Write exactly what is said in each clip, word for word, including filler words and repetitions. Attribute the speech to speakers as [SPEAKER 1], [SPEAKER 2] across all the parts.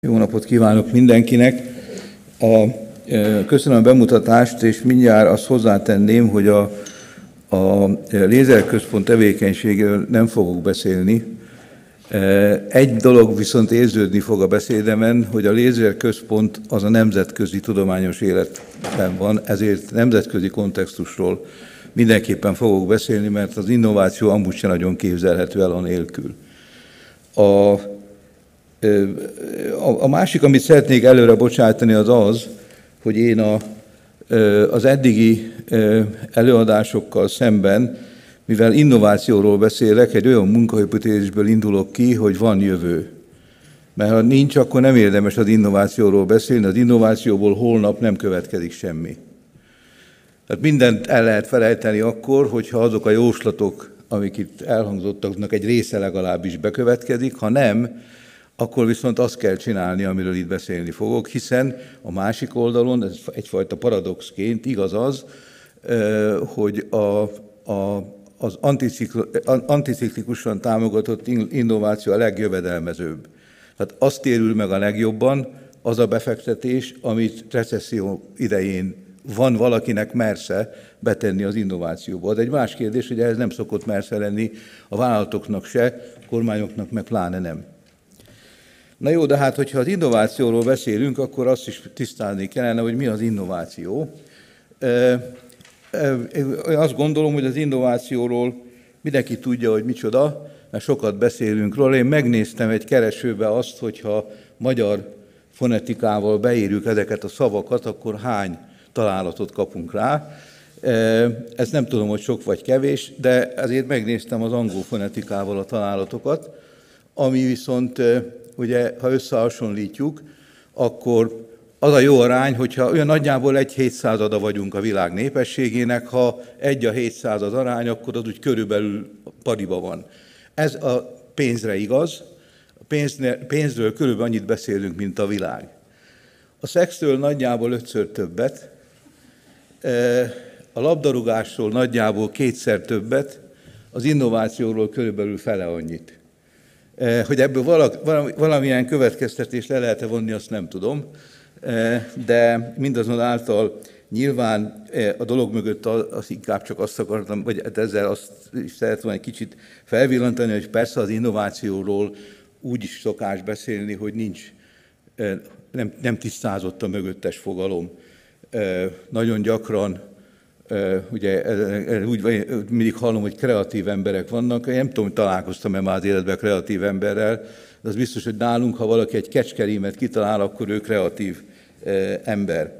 [SPEAKER 1] Jó napot kívánok mindenkinek! A, köszönöm a bemutatást, és mindjárt azt hozzátenném, hogy a, a lézerközpont tevékenységéről nem fogok beszélni. Egy dolog viszont érződni fog a beszédemen, hogy a lézerközpont az a nemzetközi tudományos életben van, ezért nemzetközi kontextusról mindenképpen fogok beszélni, mert az innováció amúgy sem nagyon képzelhető el anélkül. A A másik, amit szeretnék előre bocsátani, az az, hogy én a, az eddigi előadásokkal szemben, mivel innovációról beszélek, egy olyan munkahipotézisből indulok ki, hogy van jövő. Mert ha nincs, akkor nem érdemes az innovációról beszélni, az innovációból holnap nem következik semmi. Tehát mindent el lehet felejteni akkor, hogyha azok a jóslatok, amik itt elhangzottaknak egy része legalábbis bekövetkezik, ha nem, akkor viszont azt kell csinálni, amiről itt beszélni fogok, hiszen a másik oldalon, ez egyfajta paradoxként igaz az, hogy a, a, az anticiklikusan támogatott innováció a legjövedelmezőbb. Tehát azt térül meg a legjobban az a befektetés, amit recesszió idején van valakinek mersze betenni az innovációba. De egy más kérdés, hogy ehhez nem szokott mersze lenni a vállalatoknak se, a kormányoknak meg pláne nem. Na jó, de hát, hogyha az innovációról beszélünk, akkor azt is tisztázni kellene, hogy mi az innováció. Én azt gondolom, hogy az innovációról mindenki tudja, hogy micsoda, mert sokat beszélünk róla. Én megnéztem egy keresőbe azt, hogyha magyar fonetikával beírjuk ezeket a szavakat, akkor hány találatot kapunk rá. Ezt nem tudom, hogy sok vagy kevés, de ezért megnéztem az angol fonetikával a találatokat, ami viszont ugye, ha összehasonlítjuk, akkor az a jó arány, hogyha olyan nagyjából egy hétszázada vagyunk a világ népességének, ha egy a hétszázad arány, akkor az úgy körülbelül pariba van. Ez a pénzre igaz, a pénznél, pénzről körülbelül annyit beszélünk, mint a világ. A szexről nagyjából ötször többet, a labdarúgásról nagyjából kétszer többet, az innovációról körülbelül fele annyit. Hogy ebből valamilyen következtetést le lehet-e vonni, azt nem tudom, de mindazonáltal nyilván a dolog mögött az inkább csak azt akartam, vagy ezzel azt is szeretném egy kicsit felvillantani, hogy persze az innovációról úgy is szokás beszélni, hogy nincs, nem, nem tisztázott a mögöttes fogalom. Nagyon gyakran ugye úgy mindig hallom, hogy kreatív emberek vannak. Én nem tudom, hogy találkoztam-e már az életben kreatív emberrel, de az biztos, hogy nálunk, ha valaki egy kecskerímet kitalál, akkor ő kreatív ember.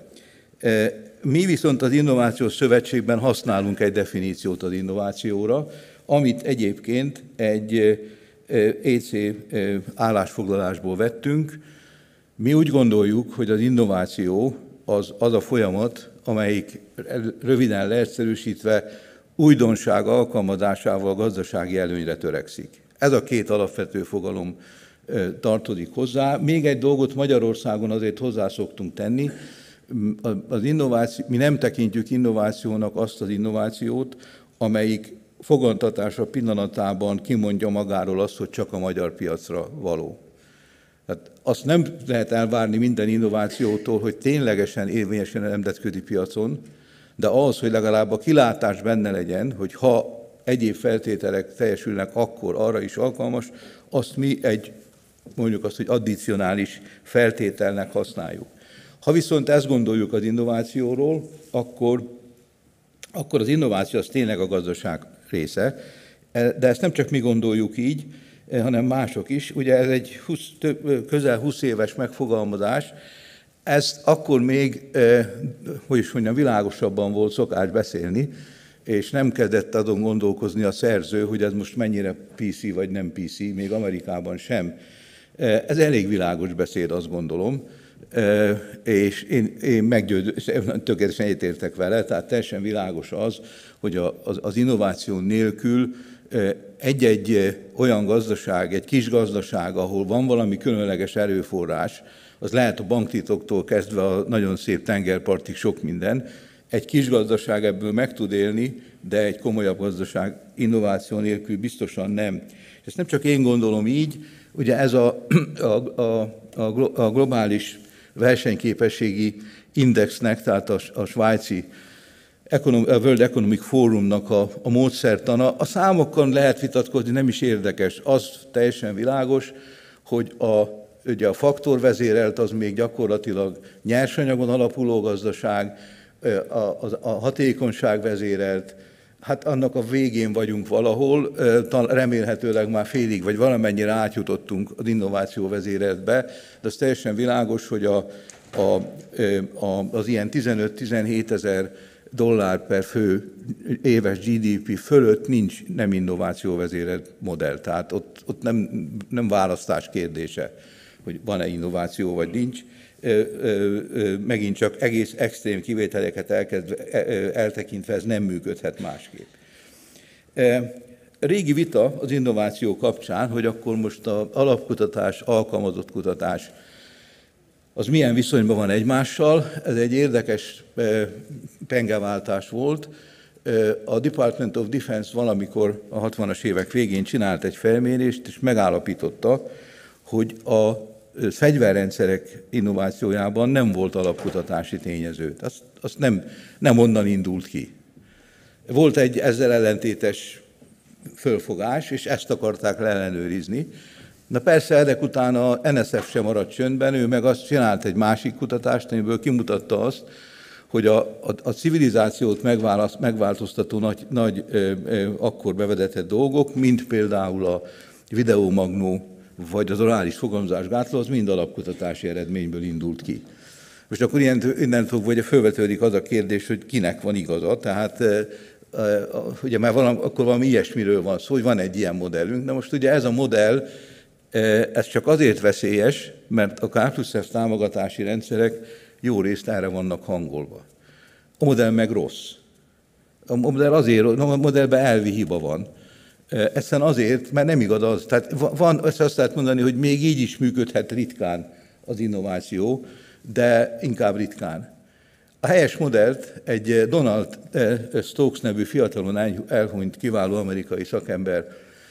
[SPEAKER 1] Mi viszont az Innovációs Szövetségben használunk egy definíciót az innovációra, amit egyébként egy é cé állásfoglalásból vettünk. Mi úgy gondoljuk, hogy az innováció az, az a folyamat, amelyik röviden leegyszerűsítve újdonság alkalmazásával gazdasági előnyre törekszik. Ez a két alapvető fogalom tartozik hozzá. Még egy dolgot Magyarországon azért hozzá szoktunk tenni. Az innováció, mi nem tekintjük innovációnak azt az innovációt, amelyik fogantatása pillanatában kimondja magáról azt, hogy csak a magyar piacra való. Tehát azt nem lehet elvárni minden innovációtól, hogy ténylegesen érvényesen a nemzetközi piacon, de az, hogy legalább a kilátás benne legyen, hogy ha egyéb feltételek teljesülnek, akkor arra is alkalmas, azt mi egy, mondjuk azt, hogy addicionális feltételnek használjuk. Ha viszont ezt gondoljuk az innovációról, akkor, akkor az innováció az tényleg a gazdaság része, de ezt nem csak mi gondoljuk így, hanem mások is. Ugye ez egy húsz, több, közel húsz éves megfogalmazás, ezt akkor még, eh, hogy is mondjam, világosabban volt szokás beszélni, és nem kezdett azon gondolkozni a szerző, hogy ez most mennyire pé cé vagy nem pé cé, még Amerikában sem. Eh, ez elég világos beszéd, azt gondolom, eh, és én, én meggyőző, tökéletesen egyetértek vele, tehát teljesen világos az, hogy a, az, az innováció nélkül egy-egy olyan gazdaság, egy kis gazdaság, ahol van valami különleges erőforrás, az lehet a banktitoktól kezdve a nagyon szép tengerpartig sok minden, egy kis gazdaság ebből meg tud élni, de egy komolyabb gazdaság innováció nélkül biztosan nem. És ezt nem csak én gondolom így, ugye ez a, a, a a globális versenyképességi indexnek, tehát a, a svájci a World Economic Forumnak a, a módszertana. A számokkal lehet vitatkozni, nem is érdekes. Az teljesen világos, hogy a, ugye a faktorvezérelt az még gyakorlatilag nyersanyagon alapuló gazdaság, a, a, a hatékonyság vezérelt, hát annak a végén vagyunk valahol, remélhetőleg már félig, vagy valamennyire átjutottunk az innováció vezéretbe, de az teljesen világos, hogy a, a, a, az ilyen tizenöt-tizenhét ezer dollár per fő éves gé dé pé fölött nincs nem innovációvezérelt modell. Tehát ott, ott nem, nem választás kérdése, hogy van-e innováció vagy nincs. Megint csak egész extrém kivételeket elkezd, eltekintve ez nem működhet másképp. Régi vita az innováció kapcsán, hogy akkor most az alapkutatás, alkalmazott kutatás, az milyen viszonyban van egymással. Ez egy érdekes pengeváltás volt. A Department of Defense valamikor a hatvanas évek végén csinált egy felmérést, és megállapította, hogy a fegyverrendszerek innovációjában nem volt alapkutatási tényező. Azt, azt nem, nem onnan indult ki. Volt egy ezzel ellentétes fölfogás, és ezt akarták leellenőrizni. Na persze, ezek után a en es ef sem maradt csöndben, ő meg azt csinált egy másik kutatást, amiből kimutatta azt, hogy a, a, a civilizációt megváltoztató nagy, nagy ö, ö, akkor bevezetett dolgok, mint például a videómagnó, vagy az orális fogamzásgátló, az mind alapkutatási eredményből indult ki. Most akkor innen fogva felvetődik az a kérdés, hogy kinek van igaza, tehát ugye már valami, akkor valami ilyesmiről van szó, hogy van egy ilyen modellünk. Na most ugye ez a modell, ez csak azért veszélyes, mert a K plusz F támogatási rendszerek jó részt erre vannak hangolva. A modell meg rossz. A modell azért, a modellben elvi hiba van. Egyszerűen azért, mert nem igaz az. Tehát van, ezt azt lehet mondani, hogy még így is működhet ritkán az innováció, de inkább ritkán. A helyes modellt egy Donald Stokes nevű fiatalon elhunyt kiváló amerikai szakember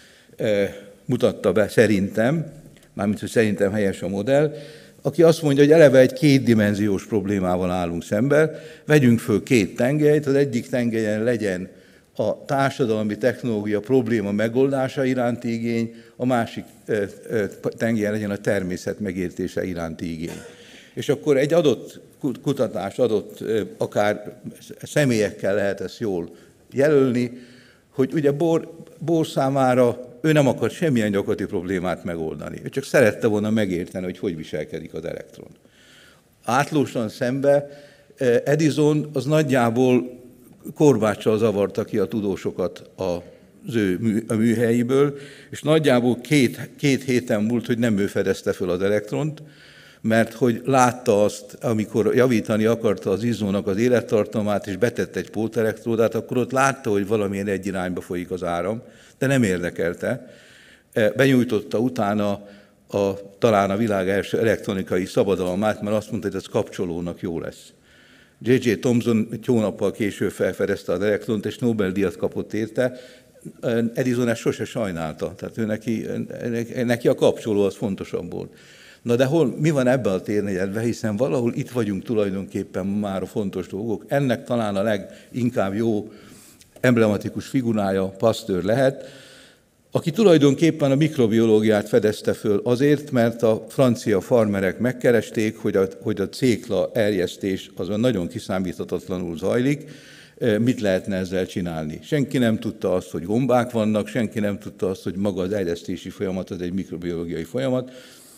[SPEAKER 1] mutatta be szerintem, mármint, hogy szerintem helyes a modell, aki azt mondja, hogy eleve egy kétdimenziós problémával állunk szemben, vegyünk föl két tengelyt, az egyik tengelyen legyen a társadalmi technológia probléma megoldása iránti igény, a másik tengelyen legyen a természet megértése iránti igény. És akkor egy adott kutatás, adott akár személyekkel lehet ezt jól jelölni, hogy ugye Bohr, Bohr számára ő nem akart semmilyen gyakorlati problémát megoldani. Ő csak szerette volna megérteni, hogy hogy viselkedik az elektron. Átlósan szembe Edison az nagyjából korbáccsal zavarta ki a tudósokat az ő mű, a műhelyiből, és nagyjából két, két héten múlt, hogy nem ő fedezte föl az elektront, mert hogy látta azt, amikor javítani akarta az izzónak az élettartamát, és betett egy pótelektródát, akkor ott látta, hogy valamilyen egy irányba folyik az áram, de nem érdekelte. Benyújtotta utána a, talán a világ első elektronikai szabadalmát, mert azt mondta, hogy ez kapcsolónak jó lesz. J J Thomson egy hónappal később felfedezte az elektront, és Nobel-díjat kapott érte. Edison ezt sose sajnálta, tehát ő neki, neki a kapcsoló az fontosabb volt. Na de hol, mi van ebben a térnegyedben, hiszen valahol itt vagyunk tulajdonképpen már a fontos dolgok. Ennek talán a leginkább jó emblematikus figurája Pasteur lehet, aki tulajdonképpen a mikrobiológiát fedezte föl azért, mert a francia farmerek megkeresték, hogy a, hogy a cékla erjesztés azon nagyon kiszámíthatatlanul zajlik, mit lehetne ezzel csinálni. Senki nem tudta azt, hogy gombák vannak, senki nem tudta azt, hogy maga az erjesztési folyamat az egy mikrobiológiai folyamat.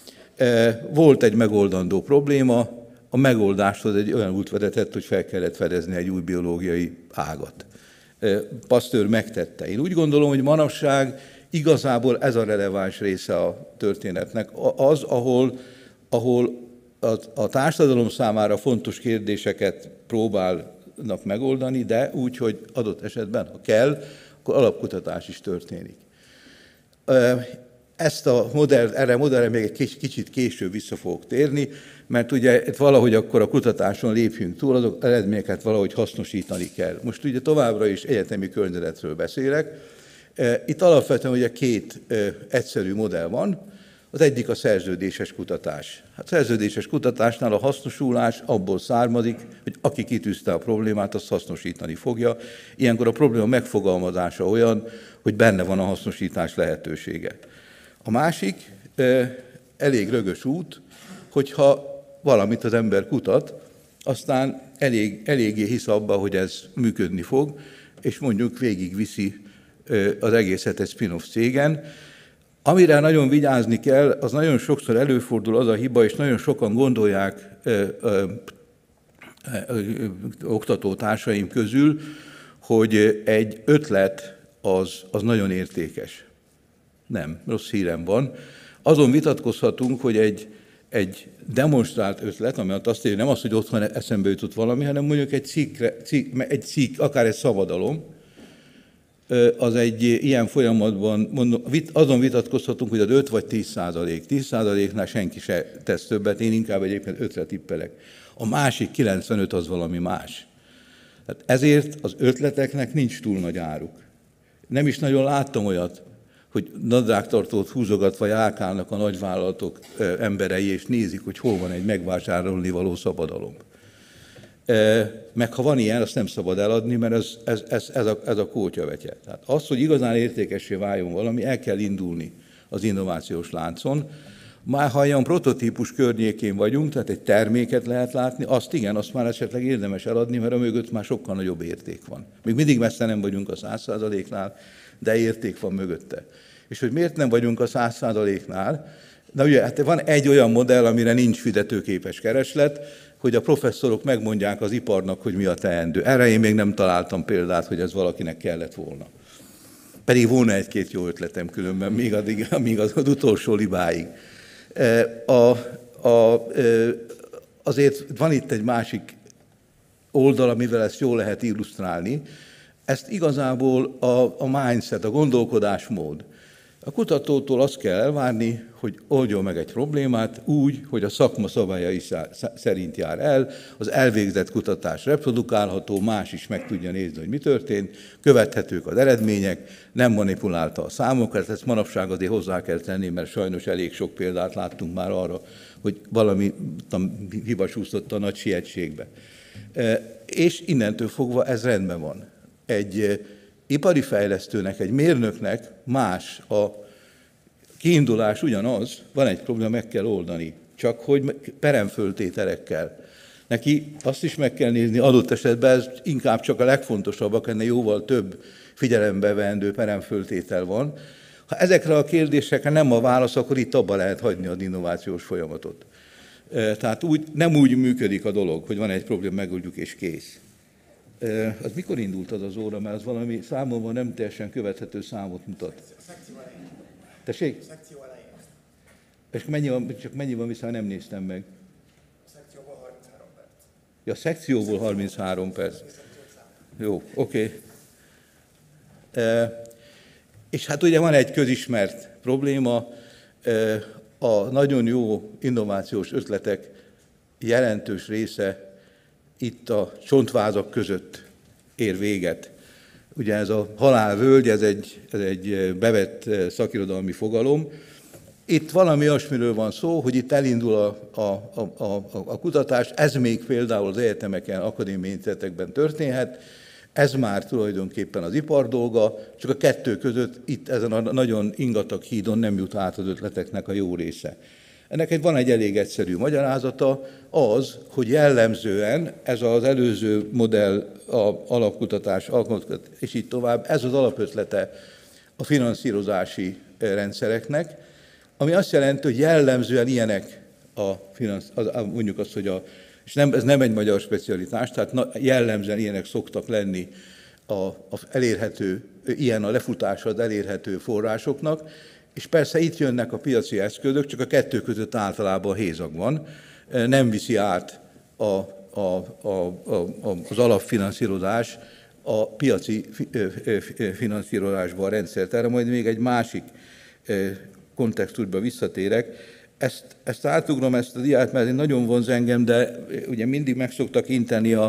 [SPEAKER 1] Volt egy megoldandó probléma, a megoldáshoz egy olyan út vezetett, hogy fel kellett fedezni egy új biológiai ágat. Pasteur megtette. Én úgy gondolom, hogy manapság igazából ez a releváns része a történetnek. Az, ahol, ahol a, a társadalom számára fontos kérdéseket próbálnak megoldani, de úgy, hogy adott esetben, ha kell, akkor alapkutatás is történik. Ezt a modell, erre a modellre még egy kicsit később vissza fogok térni, mert ugye valahogy akkor a kutatáson lépjünk túl, azok eredményeket valahogy hasznosítani kell. Most ugye továbbra is egyetemi környezetről beszélek. Itt alapvetően ugye két egyszerű modell van. Az egyik a szerződéses kutatás. Hát szerződéses kutatásnál a hasznosulás abból származik, hogy aki kitűzte a problémát, azt hasznosítani fogja. Ilyenkor a probléma megfogalmazása olyan, hogy benne van a hasznosítás lehetősége. A másik elég rögös út, hogyha valamit az ember kutat, aztán elég, eléggé hisz abba, hogy ez működni fog, és mondjuk végigviszi az egészet egy spin-off cégen. Amire nagyon vigyázni kell, az nagyon sokszor előfordul az a hiba, és nagyon sokan gondolják ö, ö, ö, ö, oktatótársaim közül, hogy egy ötlet az, az nagyon értékes. Nem, rossz hírem van. Azon vitatkozhatunk, hogy egy, egy demonstrált ötlet, ami azt írja, nem az, hogy otthon eszembe jutott valami, hanem mondjuk egy cikkre, cikk, egy cikk, akár egy szabadalom, az egy ilyen folyamatban, mondom, azon vitatkozhatunk, hogy az öt vagy tíz százalék. tíz százaléknál senki se tesz többet, én inkább egyébként ötre tippelek. A másik kilencvenöt az valami más. Tehát ezért az ötleteknek nincs túl nagy áruk. Nem is nagyon láttam olyat, hogy nadrágtartót húzogatva járkálnak a nagyvállalatok emberei, és nézik, hogy hol van egy megvásárolni való szabadalom. Meg ha van ilyen, azt nem szabad eladni, mert ez, ez, ez, ez a, ez a kótyavetje. Tehát az, hogy igazán értékessé váljon valami, el kell indulni az innovációs láncon. Már ha olyan prototípus környékén vagyunk, tehát egy terméket lehet látni, azt igen, azt már esetleg érdemes eladni, mert a mögött már sokkal nagyobb érték van. Még mindig messze nem vagyunk a száz százaléknál, de érték van mögötte. És hogy miért nem vagyunk a száz százaléknál? Na ugye, hát van egy olyan modell, amire nincs fizetőképes kereslet, hogy a professzorok megmondják az iparnak, hogy mi a teendő. Erre én még nem találtam példát, hogy ez valakinek kellett volna. Pedig volna egy-két jó ötletem különben, még, addig, még az, az utolsó libáig. A, a, azért van itt egy másik oldal, amivel ezt jól lehet illusztrálni. Ezt igazából a, a mindset, a gondolkodásmód. A kutatótól azt kell elvárni, hogy oldjon meg egy problémát úgy, hogy a szakma szabályai szerint jár el, az elvégzett kutatás reprodukálható, más is meg tudja nézni, hogy mi történt, követhetők az eredmények, nem manipulálta a számokat, ezt manapság azért hozzá kell tenni, mert sajnos elég sok példát láttunk már arra, hogy valami hibasúszott a nagy sietségbe. És innentől fogva ez rendben van. Egy ipari fejlesztőnek, egy mérnöknek más a kiindulás ugyanaz, van egy probléma, meg kell oldani, csak hogy peremföltételekkel. Neki azt is meg kell nézni, adott esetben ez inkább csak a legfontosabbak, ennél jóval több figyelembe veendő peremföltétel van. Ha ezekre a kérdésekre nem a válasz, akkor itt abba lehet hagyni az innovációs folyamatot. Tehát úgy, nem úgy működik a dolog, hogy van egy probléma, megoldjuk és kész. Az mikor indult az az óra, mert az valami számomra nem teljesen követhető számot mutat.
[SPEAKER 2] Szekció elején.
[SPEAKER 1] Tessék?
[SPEAKER 2] Szekció elején.
[SPEAKER 1] És mennyi van, csak mennyi van vissza, nem néztem meg.
[SPEAKER 2] A szekcióból harminchárom perc.
[SPEAKER 1] Ja, a szekcióból harminchárom perc. Jó, oké. Okay. E, és hát ugye van egy közismert probléma, e, a nagyon jó innovációs ötletek jelentős része itt a csontvázak között ér véget. Ugye ez a halálvölgy, ez egy, ez egy bevett szakirodalmi fogalom. Itt valami olyasmiről van szó, hogy itt elindul a, a, a, a, a kutatás, ez még például az egyetemeken, akadémiai intézetekben történhet, ez már tulajdonképpen az ipar dolga, csak a kettő között itt ezen a nagyon ingatag hídon nem jut át az ötleteknek a jó része. Ennek egy, van egy elég egyszerű magyarázata, az, hogy jellemzően ez az előző modell, a alapkutatás, alkalmatkutatás, és így tovább, ez az alapötlete a finanszírozási rendszereknek, ami azt jelenti, hogy jellemzően ilyenek a, finansz, az, mondjuk azt, hogy a, és nem, ez nem egy magyar specialitás, tehát na, jellemzően ilyenek szoktak lenni a, a elérhető, ilyen a lefutása az elérhető forrásoknak, és persze itt jönnek a piaci eszközök, csak a kettő között általában hézag van, nem viszi át a, a, a, a, az alapfinanszírozás a piaci finanszírozásba a rendszert. Erre majd még egy másik kontextusba visszatérek. Ezt, ezt átugrom, ezt a diát, mert nagyon vonz engem, de ugye mindig meg szoktak inteni a,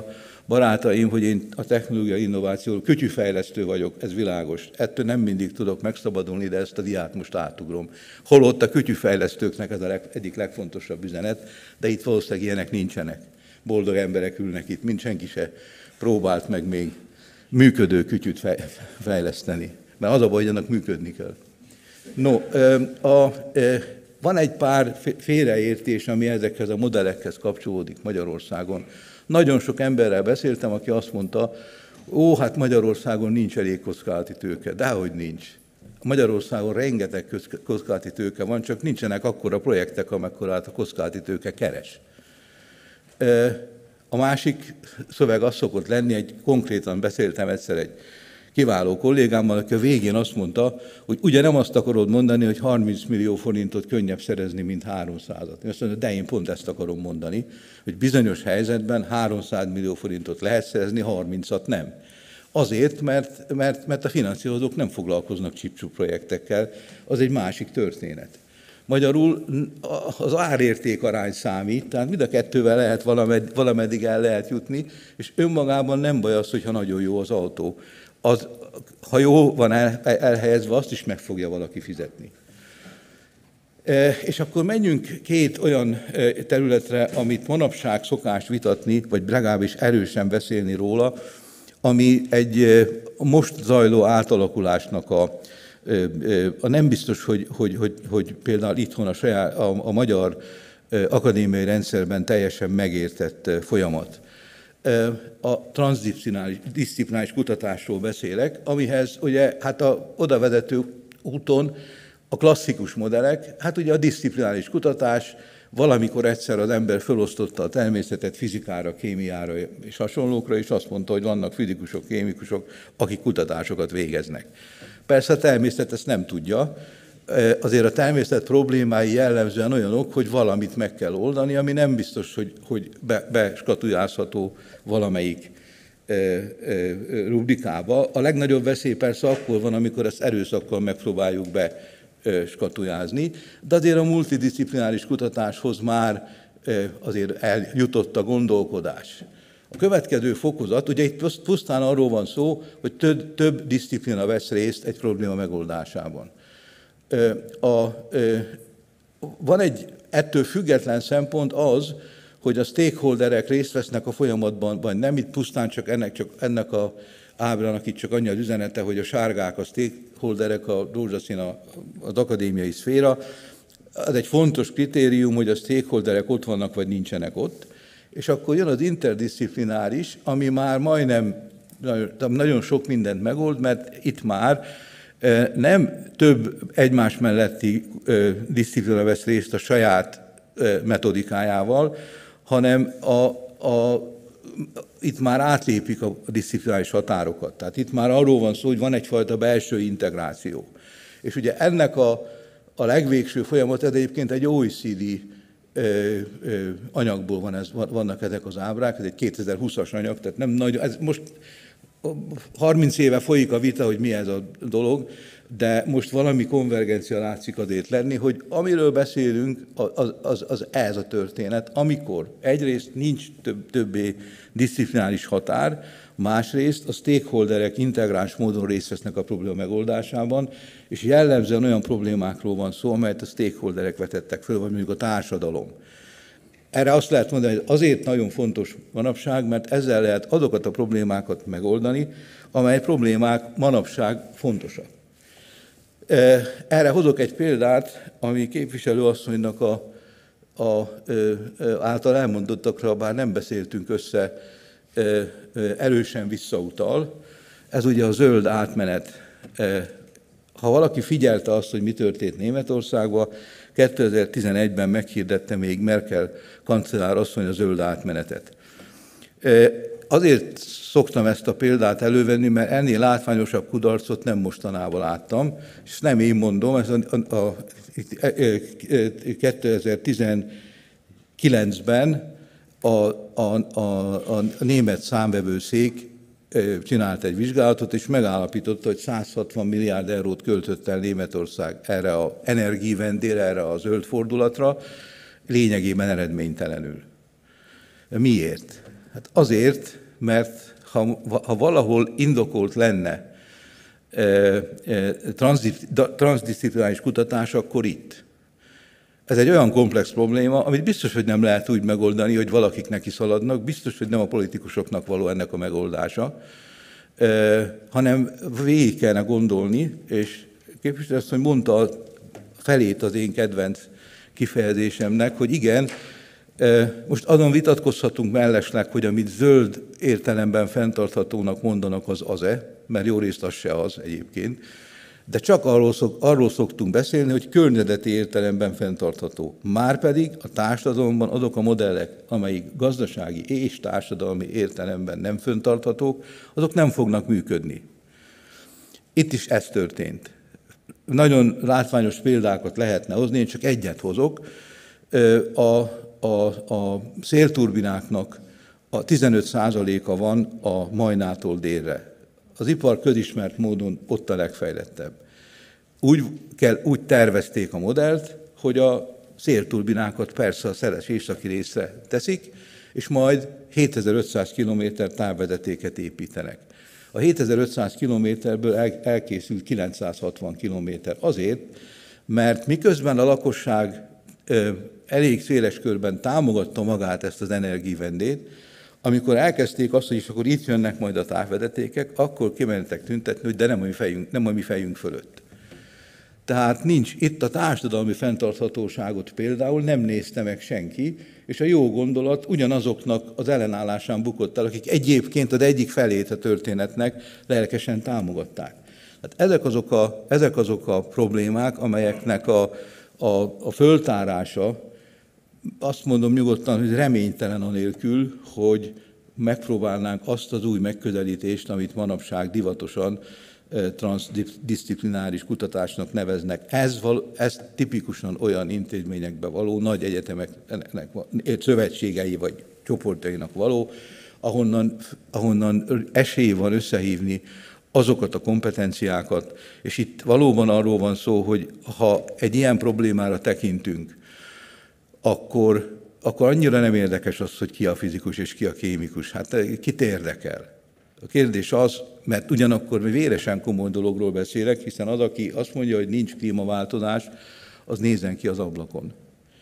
[SPEAKER 1] barátaim, hogy én a technológiai innováció kütyűfejlesztő vagyok, ez világos. Ettől nem mindig tudok megszabadulni, de ezt a diát most átugrom. Holott a kütyűfejlesztőknek ez a leg, egyik legfontosabb üzenet, de itt valószínűleg ilyenek nincsenek. Boldog emberek ülnek itt, mint senki se próbált meg még működő kütyűt fejleszteni. Mert az a baj, hogy annak működni kell. No, a, a, van egy pár félreértés, ami ezekhez a modellekhez kapcsolódik Magyarországon. Nagyon sok emberrel beszéltem, aki azt mondta, ó, hát Magyarországon nincs elég kockázati tőke. Dehogy nincs. Magyarországon rengeteg kockázati tőke van, csak nincsenek akkora projektek, amekkorát a kockázati tőke keres. A másik szöveg az szokott lenni, egy konkrétan beszéltem egyszer egy kiváló kollégámmal, aki a végén azt mondta, hogy ugye nem azt akarod mondani, hogy harminc millió forintot könnyebb szerezni, mint háromszázat. Én azt mondom, de én pont ezt akarom mondani, hogy bizonyos helyzetben háromszáz millió forintot lehet szerezni, harmincat nem. Azért, mert, mert, mert a finanszírozók nem foglalkoznak csipcsup projektekkel, az egy másik történet. Magyarul az árérték arány számít, tehát mind a kettővel lehet valamed, valameddig el lehet jutni, és önmagában nem baj az, hogyha nagyon jó az autó. Az, ha jó van el, elhelyezve, azt is meg fogja valaki fizetni. E, és akkor menjünk két olyan területre, amit manapság szokás vitatni, vagy legalábbis erősen beszélni róla, ami egy most zajló átalakulásnak a, a nem biztos, hogy, hogy, hogy, hogy például itthon a, saját, a, a magyar akadémiai rendszerben teljesen megértett folyamat. A transzdisziplináris kutatásról beszélek, amihez ugye hát a odavezető úton a klasszikus modellek, hát ugye a diszciplináris kutatás, valamikor egyszer az ember felosztotta a természetet fizikára, kémiára és hasonlókra, és azt mondta, hogy vannak fizikusok, kémikusok, akik kutatásokat végeznek. Persze a természet ezt nem tudja, azért a természet problémái jellemzően olyanok, hogy valamit meg kell oldani, ami nem biztos, hogy, hogy be, beskatujázható valamelyik e, e, rubrikába. A legnagyobb veszély persze akkor van, amikor ezt erőszakkal megpróbáljuk beskatujázni, de azért a multidisziplináris kutatáshoz már e, azért eljutott a gondolkodás. A következő fokozat, ugye itt pusztán arról van szó, hogy több, több diszciplina vesz részt egy probléma megoldásában. A, van egy ettől független szempont az, hogy a stakeholderek részt vesznek a folyamatban, vagy nem, itt pusztán csak ennek, csak ennek a ábrának itt csak annyi az üzenete, hogy a sárgák a stakeholderek, a rózsaszín az akadémiai szféra. Ez egy fontos kritérium, hogy a stakeholderek ott vannak, vagy nincsenek ott. És akkor jön az interdisziplináris, ami már majdnem nagyon sok mindent megold, mert itt már nem több egymás melletti diszciplina vesz részt a saját metodikájával, hanem a, a, itt már átlépik a disziplináris határokat. Tehát itt már arról van szó, hogy van egyfajta belső integráció. És ugye ennek a, a legvégső folyamat, ez egyébként egy o e cé dé ö, ö, anyagból van ez, vannak ezek az ábrák, ez egy kétezer-húszas anyag, tehát nem nagy, ez most harminc éve folyik a vita, hogy mi ez a dolog, de most valami konvergencia látszik azért lenni, hogy amiről beszélünk, az, az, az ez a történet, amikor egyrészt nincs több, többé diszciplináris határ, másrészt a stakeholderek integráns módon részt vesznek a probléma megoldásában, és jellemzően olyan problémákról van szó, amelyet a stakeholderek vetettek föl, vagy mondjuk a társadalom. Erre azt lehet mondani, hogy azért nagyon fontos manapság, mert ezzel lehet azokat a problémákat megoldani, amely problémák manapság fontosak. Erre hozok egy példát, ami képviselőasszonynak a, a, a, által elmondottakra, bár nem beszéltünk össze, erősen visszautal. Ez ugye a zöld átmenet. Ha valaki figyelte azt, hogy mi történt Németországban, kétezer-tizenegyben meghirdette még Merkel kancellár asszony a zöld átmenetet. Azért szoktam ezt a példát elővenni, mert ennél látványosabb kudarcot nem mostanában láttam, és nem én mondom, ez a, a, a kétezer-tizenkilencben a, a, a, a német számvevőszék csinált egy vizsgálatot, és megállapította, hogy száz hatvan milliárd eurót költött el Németország erre az energiewendére, erre a zöld fordulatra, lényegében eredménytelenül. Miért? Hát azért, mert ha, ha valahol indokolt lenne transzdisziplináris kutatás, akkor itt. Ez egy olyan komplex probléma, amit biztos, hogy nem lehet úgy megoldani, hogy valakik neki szaladnak, biztos, hogy nem a politikusoknak való ennek a megoldása, hanem végig kellene gondolni, és képviselő azt, hogy mondta a felét az én kedvenc kifejezésemnek, hogy igen, most azon vitatkozhatunk mellesleg, hogy amit zöld értelemben fenntarthatónak mondanak, az az-e, mert jó részt az se az egyébként, de csak arról, szok, arról szoktunk beszélni, hogy környezeti értelemben fenntartható. Márpedig a társadalomban azok a modellek, amelyik gazdasági és társadalmi értelemben nem fenntarthatók, azok nem fognak működni. Itt is ez történt. Nagyon látványos példákat lehetne hozni, én csak egyet hozok. A, a, a szélturbináknak a tizenöt százaléka van a Majnától délre. Az ipar közismert módon ott a legfejlettebb. Úgy, kell, úgy tervezték a modellt, hogy a szélturbinákat persze a szeles északi részre teszik, és majd hétezer-ötszáz kilométer távvezetéket építenek. A hétezer-ötszáz kilométerből el, elkészült kilencszázhatvan kilométer azért, mert miközben a lakosság ö, elég széles körben támogatta magát ezt az energiavendét, amikor elkezdték azt, hogy is akkor itt jönnek majd a távvezetékek, akkor kimentek tüntetni, hogy de nem a mi fejünk, nem a mi fejünk fölött. Tehát nincs itt a társadalmi fenntarthatóságot például nem nézte meg senki, és a jó gondolat ugyanazoknak az ellenállásán bukott el, akik egyébként az egyik felét a történetnek lelkesen támogatták. Hát ezek azok a, ezek azok a problémák, amelyeknek a, a, a föltárása, azt mondom nyugodtan, hogy reménytelen anélkül, hogy megpróbálnánk azt az új megközelítést, amit manapság divatosan transzdisziplináris kutatásnak neveznek. Ez, val, ez tipikusan olyan intézményekbe való, nagy egyetemeknek, szövetségei vagy csoportjainak való, ahonnan, ahonnan esély van összehívni azokat a kompetenciákat, és itt valóban arról van szó, hogy ha egy ilyen problémára tekintünk, akkor, akkor annyira nem érdekes az, hogy ki a fizikus és ki a kémikus. Hát kit érdekel? A kérdés az, mert ugyanakkor mi véresen komoly dologról beszélek, hiszen az, aki azt mondja, hogy nincs klímaváltozás, az nézzen ki az ablakon.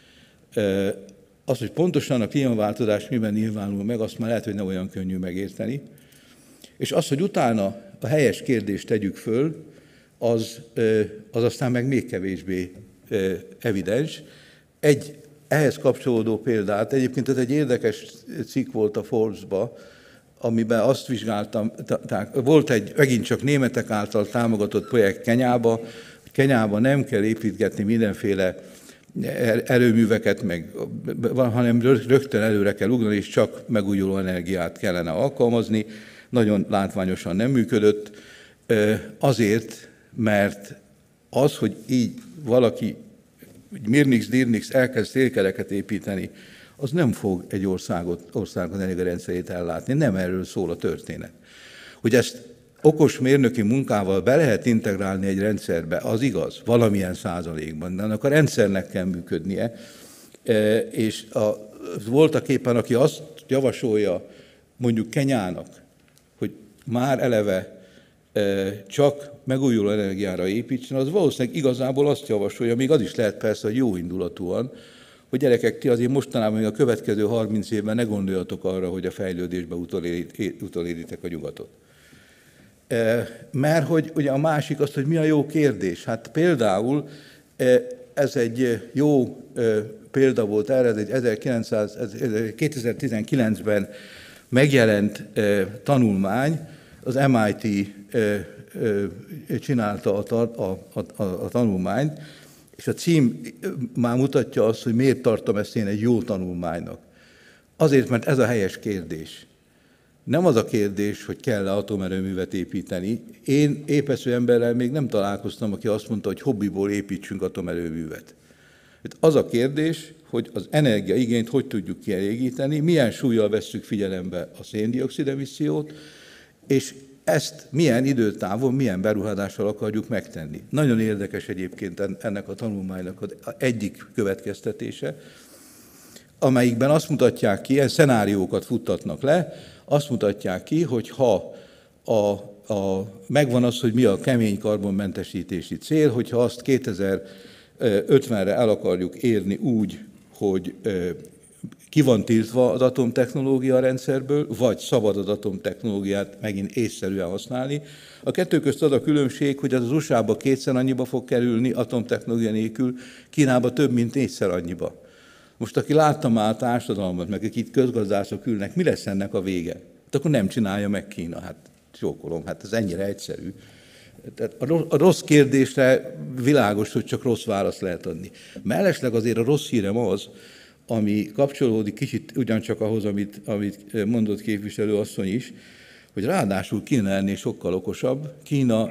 [SPEAKER 1] Az, hogy pontosan a klímaváltozás miben nyilvánul meg, azt már lehet, hogy nem olyan könnyű megérteni. És az, hogy utána a helyes kérdést tegyük föl, az, az aztán meg még kevésbé evidens. Egy ehhez kapcsolódó példát, egyébként ez egy érdekes cikk volt a Forbes-ba, amiben azt vizsgáltam, volt egy megint csak németek által támogatott projekt Kenyába, hogy Kenyában nem kell építgetni mindenféle erőműveket, meg, hanem rögtön előre kell ugrani, és csak megújuló energiát kellene alkalmazni. Nagyon látványosan nem működött, azért, mert az, hogy így valaki mirnix-dirnix elkezd szélkereket építeni, az nem fog egy országot, országos energiarendszerét ellátni. Nem erről szól a történet. Hogy ezt okos mérnöki munkával be lehet integrálni egy rendszerbe, az igaz, valamilyen százalékban, de annak a rendszernek kell működnie. És a, voltak éppen, aki azt javasolja mondjuk Kenyának, hogy már eleve csak megújuló energiára építsen, az valószínűleg igazából azt javasolja, még az is lehet persze, hogy jó indulatúan, hogy gyerekek, ti azért mostanában még a következő harminc évben ne gondoljatok arra, hogy a fejlődésbe utoléritek a nyugatot. Mert hogy ugye a másik az, hogy mi a jó kérdés. Hát például ez egy jó példa volt erre, ez egy kétezer-tizenkilencben megjelent tanulmány, az em i té csinálta a, a, a, a tanulmányt, és a cím már mutatja azt, hogy miért tartom ezt én egy jó tanulmánynak. Azért, mert ez a helyes kérdés. Nem az a kérdés, hogy kell-e atomerőművet építeni. Én épesző emberrel még nem találkoztam, aki azt mondta, hogy hobbiból építsünk atomerőművet. Az a kérdés, hogy az energiaigényt hogy tudjuk kielégíteni, milyen súllyal vesszük figyelembe a szén-dioxid emissziót, és ezt milyen időtávon, milyen beruházással akarjuk megtenni. Nagyon érdekes egyébként ennek a tanulmánynak az egyik következtetése. amelyikben azt mutatják ki, ilyen szenáriókat futtatnak le, azt mutatják ki, hogy ha a, a, megvan az, hogy mi a kemény karbonmentesítési cél, hogyha azt kétezer-ötvenre el akarjuk érni úgy, hogy ki van tiltva az atomtechnológia a rendszerből, vagy szabad az atomtechnológiát megint észszerűen használni. A kettő közt az a különbség, hogy az az u es á-ba kétszer annyiba fog kerülni atomtechnológia nélkül, Kínába több, mint négyszer annyiba. Most aki látta már a társadalmat, meg akik közgazdászok ülnek, mi lesz ennek a vége? Hát akkor nem csinálja meg Kína. Hát csókolom, hát ez ennyire egyszerű. Tehát a rossz kérdésre világos, hogy csak rossz választ lehet adni. Mellesleg azért a rossz hírem az, ami kapcsolódik kicsit ugyancsak ahhoz, amit, amit mondott képviselő asszony is, hogy ráadásul Kína ennél sokkal okosabb. Kína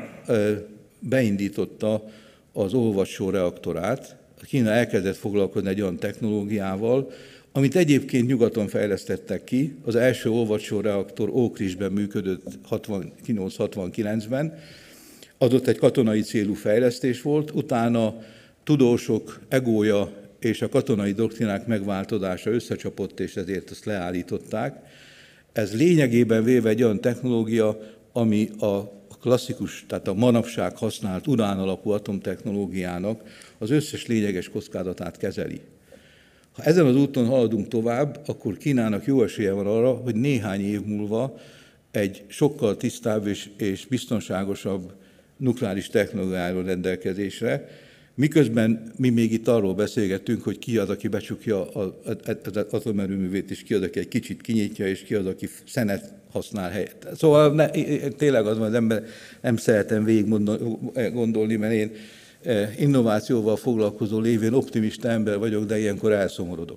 [SPEAKER 1] beindította az olvadsó reaktorát, Kína elkezdett foglalkozni egy olyan technológiával, amit egyébként nyugaton fejlesztettek ki. Az első olvadsó reaktor Oak Ridge-ben működött hatvannyolc hatvankilencben, adott egy katonai célú fejlesztés volt, utána tudósok egója és a katonai doktrinák megváltozása összecsapott, és ezért ezt leállították. Ez lényegében véve egy olyan technológia, ami a klasszikus, tehát a manapság használt urán alapú atomtechnológiának az összes lényeges kockázatát kezeli. Ha ezen az úton haladunk tovább, akkor Kínának jó esélye van arra, hogy néhány év múlva egy sokkal tisztább és, és biztonságosabb nukleáris technológiáról rendelkezésre, miközben mi még itt arról beszélgettünk, hogy ki az, aki becsukja az atomerőművét, és ki az, aki egy kicsit kinyitja, és ki az, aki szenet használ helyett. Szóval ne, tényleg az van, az ember nem szeretem végig gondolni, mert én innovációval foglalkozó lévén optimista ember vagyok, de ilyenkor elszomorodok.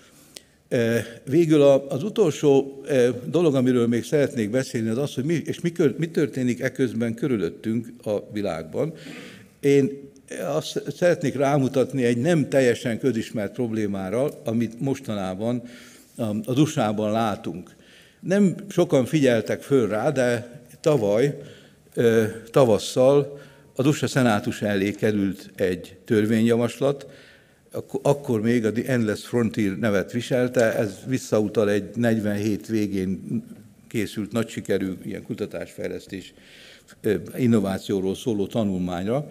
[SPEAKER 1] Végül az utolsó dolog, amiről még szeretnék beszélni, az az, hogy mi, és mi, mi történik eközben körülöttünk a világban. Én azt szeretnék rámutatni egy nem teljesen közismert problémára, amit mostanában az u es á-ban látunk. Nem sokan figyeltek föl rá, de tavaly, tavasszal az u es á szenátus elé került egy törvényjavaslat, akkor még a The Endless Frontier nevet viselte, ez visszautal egy negyvenhét végén készült nagy sikerű ilyen kutatásfejlesztés innovációról szóló tanulmányra,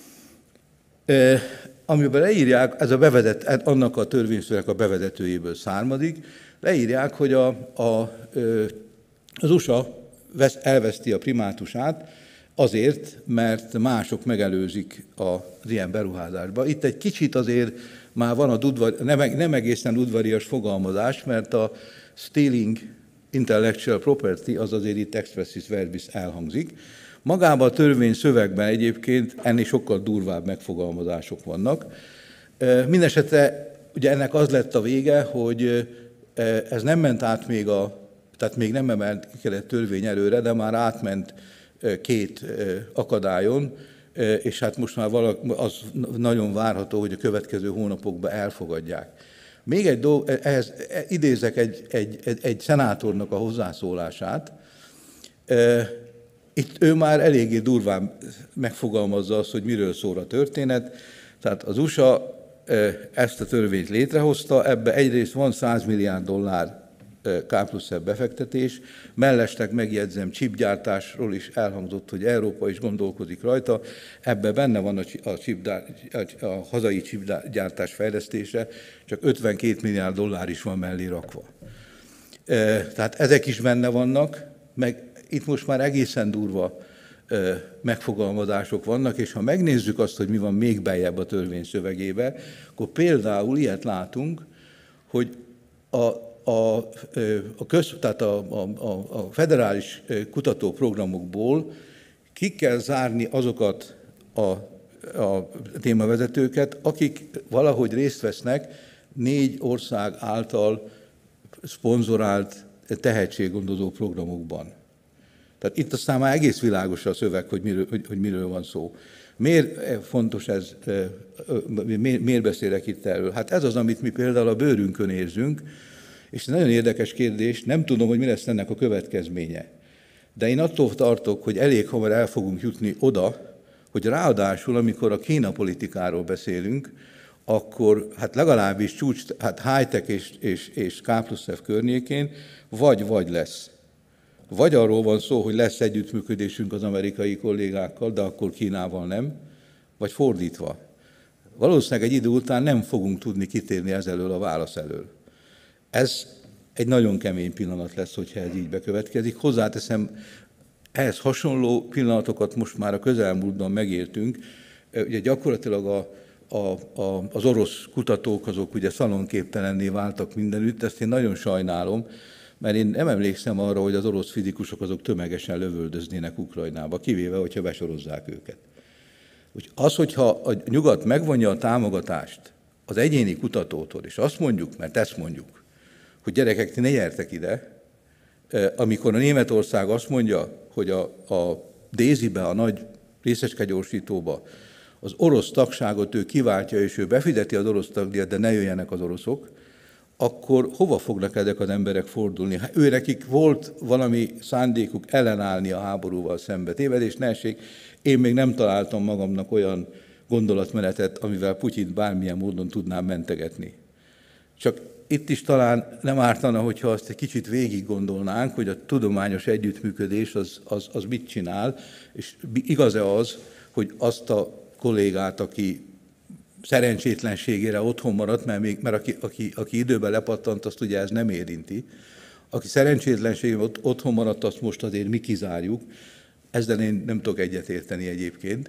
[SPEAKER 1] amiben leírják, ez a bevezet, annak a törvényszövegnek a bevezetőjéből származik, leírják, hogy a, a, az u es á elveszti a primátusát azért, mert mások megelőzik az ilyen beruházásba. Itt egy kicsit azért már van a udvar, nem, nem egészen udvarias fogalmazás, mert a stealing intellectual property az azért itt expressis verbis elhangzik. Magában a törvény szövegben egyébként ennél sokkal durvább megfogalmazások vannak. Mindenesetre ugye ennek az lett a vége, hogy ez nem ment át még a, tehát még nem emelt ki kellett törvény előre, de már átment két akadályon, és hát most már valak, az nagyon várható, hogy a következő hónapokban elfogadják. Még egy dolog, ehhez idézek egy, egy, egy, egy szenátornak a hozzászólását. Itt ő már eléggé durván megfogalmazza azt, hogy miről szól a történet. Tehát az u es á ezt a törvényt létrehozta, ebbe egyrészt van száz milliárd dollár K plusz F befektetés, mellesleg megjegyzem, chipgyártásról is elhangzott, hogy Európa is gondolkozik rajta, ebben benne van a, chip, a hazai chipgyártás fejlesztése, csak ötvenkét milliárd dollár is van mellé rakva. Tehát ezek is benne vannak, meg itt most már egészen durva megfogalmazások vannak, és ha megnézzük azt, hogy mi van még beljebb a törvény szövegébe, akkor például ilyet látunk, hogy a A, a, köz, tehát a, a, a federális kutatóprogramokból ki kell zárni azokat a, a témavezetőket, akik valahogy részt vesznek négy ország által szponzorált tehetséggondozó programokban. Tehát itt aztán már egész világos a szöveg, hogy miről, hogy, hogy miről van szó. Miért fontos ez, miért beszélek itt erről? Hát ez az, amit mi például a bőrünkön érzünk, és nagyon érdekes kérdés, nem tudom, hogy mi lesz ennek a következménye. De én attól tartok, hogy elég hamar el fogunk jutni oda, hogy ráadásul, amikor a Kína politikáról beszélünk, akkor hát legalábbis csúcs, hát high-tech és, és, és K plusz F környékén vagy-vagy lesz. Vagy arról van szó, hogy lesz együttműködésünk az amerikai kollégákkal, de akkor Kínával nem, vagy fordítva. Valószínűleg egy idő után nem fogunk tudni kitérni ez elől a válasz elől. Ez egy nagyon kemény pillanat lesz, hogyha ez így bekövetkezik. Hozzáteszem, ehhez hasonló pillanatokat most már a közelmúltban megértünk. Ugye gyakorlatilag a, a, a, az orosz kutatók azok ugye szalonképtelenné váltak mindenütt, ezt én nagyon sajnálom, mert én nem emlékszem arra, hogy az orosz fizikusok azok tömegesen lövöldöznének Ukrajnába, kivéve, hogyha besorozzák őket. Úgy az, hogyha a nyugat megvonja a támogatást az egyéni kutatótól, és azt mondjuk, mert ezt mondjuk, hogy gyerekek, ti ne gyertek ide, amikor a Németország azt mondja, hogy a, a Dézibe, a nagy részecskegyorsítóba az orosz tagságot ő kiváltja, és ő befizeti az orosz tagdíjat, de ne jöjjenek az oroszok, akkor hova fognak ezek az emberek fordulni? Hát ő nekik volt valami szándékuk ellenállni a háborúval szembe. Tévedés ne essék, én még nem találtam magamnak olyan gondolatmenetet, amivel Putyint bármilyen módon tudnám mentegetni. Csak itt is talán nem ártana, hogyha azt egy kicsit végig gondolnánk, hogy a tudományos együttműködés az, az, az mit csinál, és igaz-e az, hogy azt a kollégát, aki szerencsétlenségére otthon maradt, mert, még, mert aki, aki, aki időben lepattant, azt ugye ez nem érinti. Aki szerencsétlenségében otthon maradt, azt most azért mi kizárjuk. Ezzel én nem tudok egyetérteni egyébként.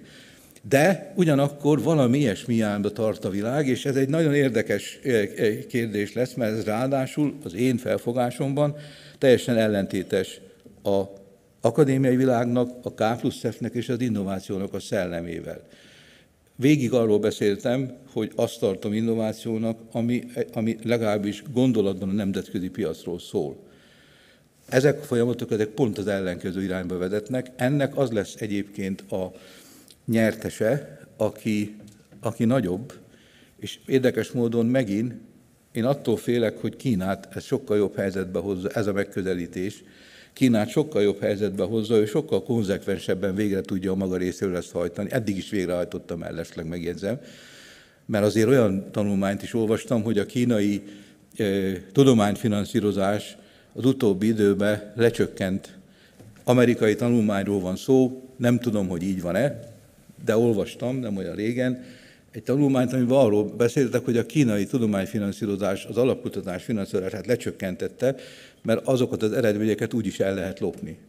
[SPEAKER 1] De ugyanakkor valami ilyesmi irányba tart a világ, és ez egy nagyon érdekes kérdés lesz, mert ez ráadásul az én felfogásomban teljesen ellentétes az akadémiai világnak, a K plusz F-nek és az innovációnak a szellemével. Végig arról beszéltem, hogy azt tartom innovációnak, ami, ami legalábbis gondolatban a nemzetközi piacról szól. Ezek a folyamatok ezek pont az ellenkező irányba vezetnek. Ennek az lesz egyébként a nyertese, aki, aki nagyobb, és érdekes módon megint én attól félek, hogy Kínát ez sokkal jobb helyzetbe hozza, ez a megközelítés, Kínát sokkal jobb helyzetbe hozza, ő sokkal konzekvensebben végre tudja a maga részéről ezt hajtani. Eddig is végrehajtotta, mellesleg megjegyzem, mert azért olyan tanulmányt is olvastam, hogy a kínai e, tudományfinanszírozás az utóbbi időben lecsökkent. Amerikai tanulmányról van szó, nem tudom, hogy így van-e, de olvastam, nem olyan régen, egy tanulmányt, amiben arról beszéltek, hogy a kínai tudományfinanszírozás az alapkutatás finanszírozását lecsökkentette, mert azokat az eredményeket úgyis el lehet lopni.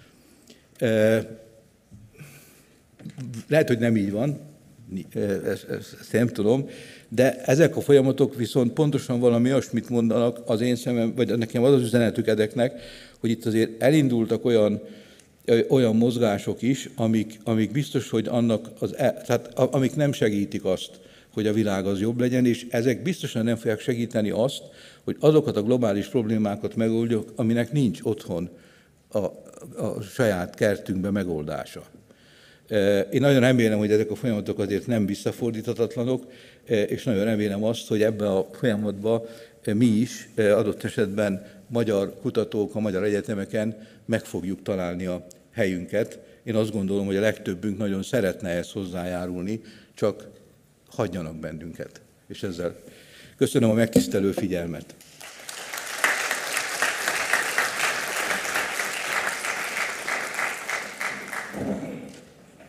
[SPEAKER 1] Lehet, hogy nem így van, ezt, ezt nem tudom, de ezek a folyamatok viszont pontosan valami olyasmit mondanak az én szemem, vagy nekem az az üzenetük ezeknek, hogy itt azért elindultak olyan olyan mozgások is, amik, amik biztos, hogy annak az, tehát amik nem segítik azt, hogy a világ az jobb legyen, és ezek biztosan nem fogják segíteni azt, hogy azokat a globális problémákat megoldjuk, aminek nincs otthon a, a saját kertünkben megoldása. Én nagyon remélem, hogy ezek a folyamatok azért nem visszafordíthatatlanok, és nagyon remélem azt, hogy ebben a folyamatban mi is adott esetben magyar kutatók a magyar egyetemeken meg fogjuk találni a helyünket. Én azt gondolom, hogy a legtöbbünk nagyon szeretne ehhez hozzájárulni, csak hagyjanak bennünket. És ezzel köszönöm a megtisztelő figyelmet.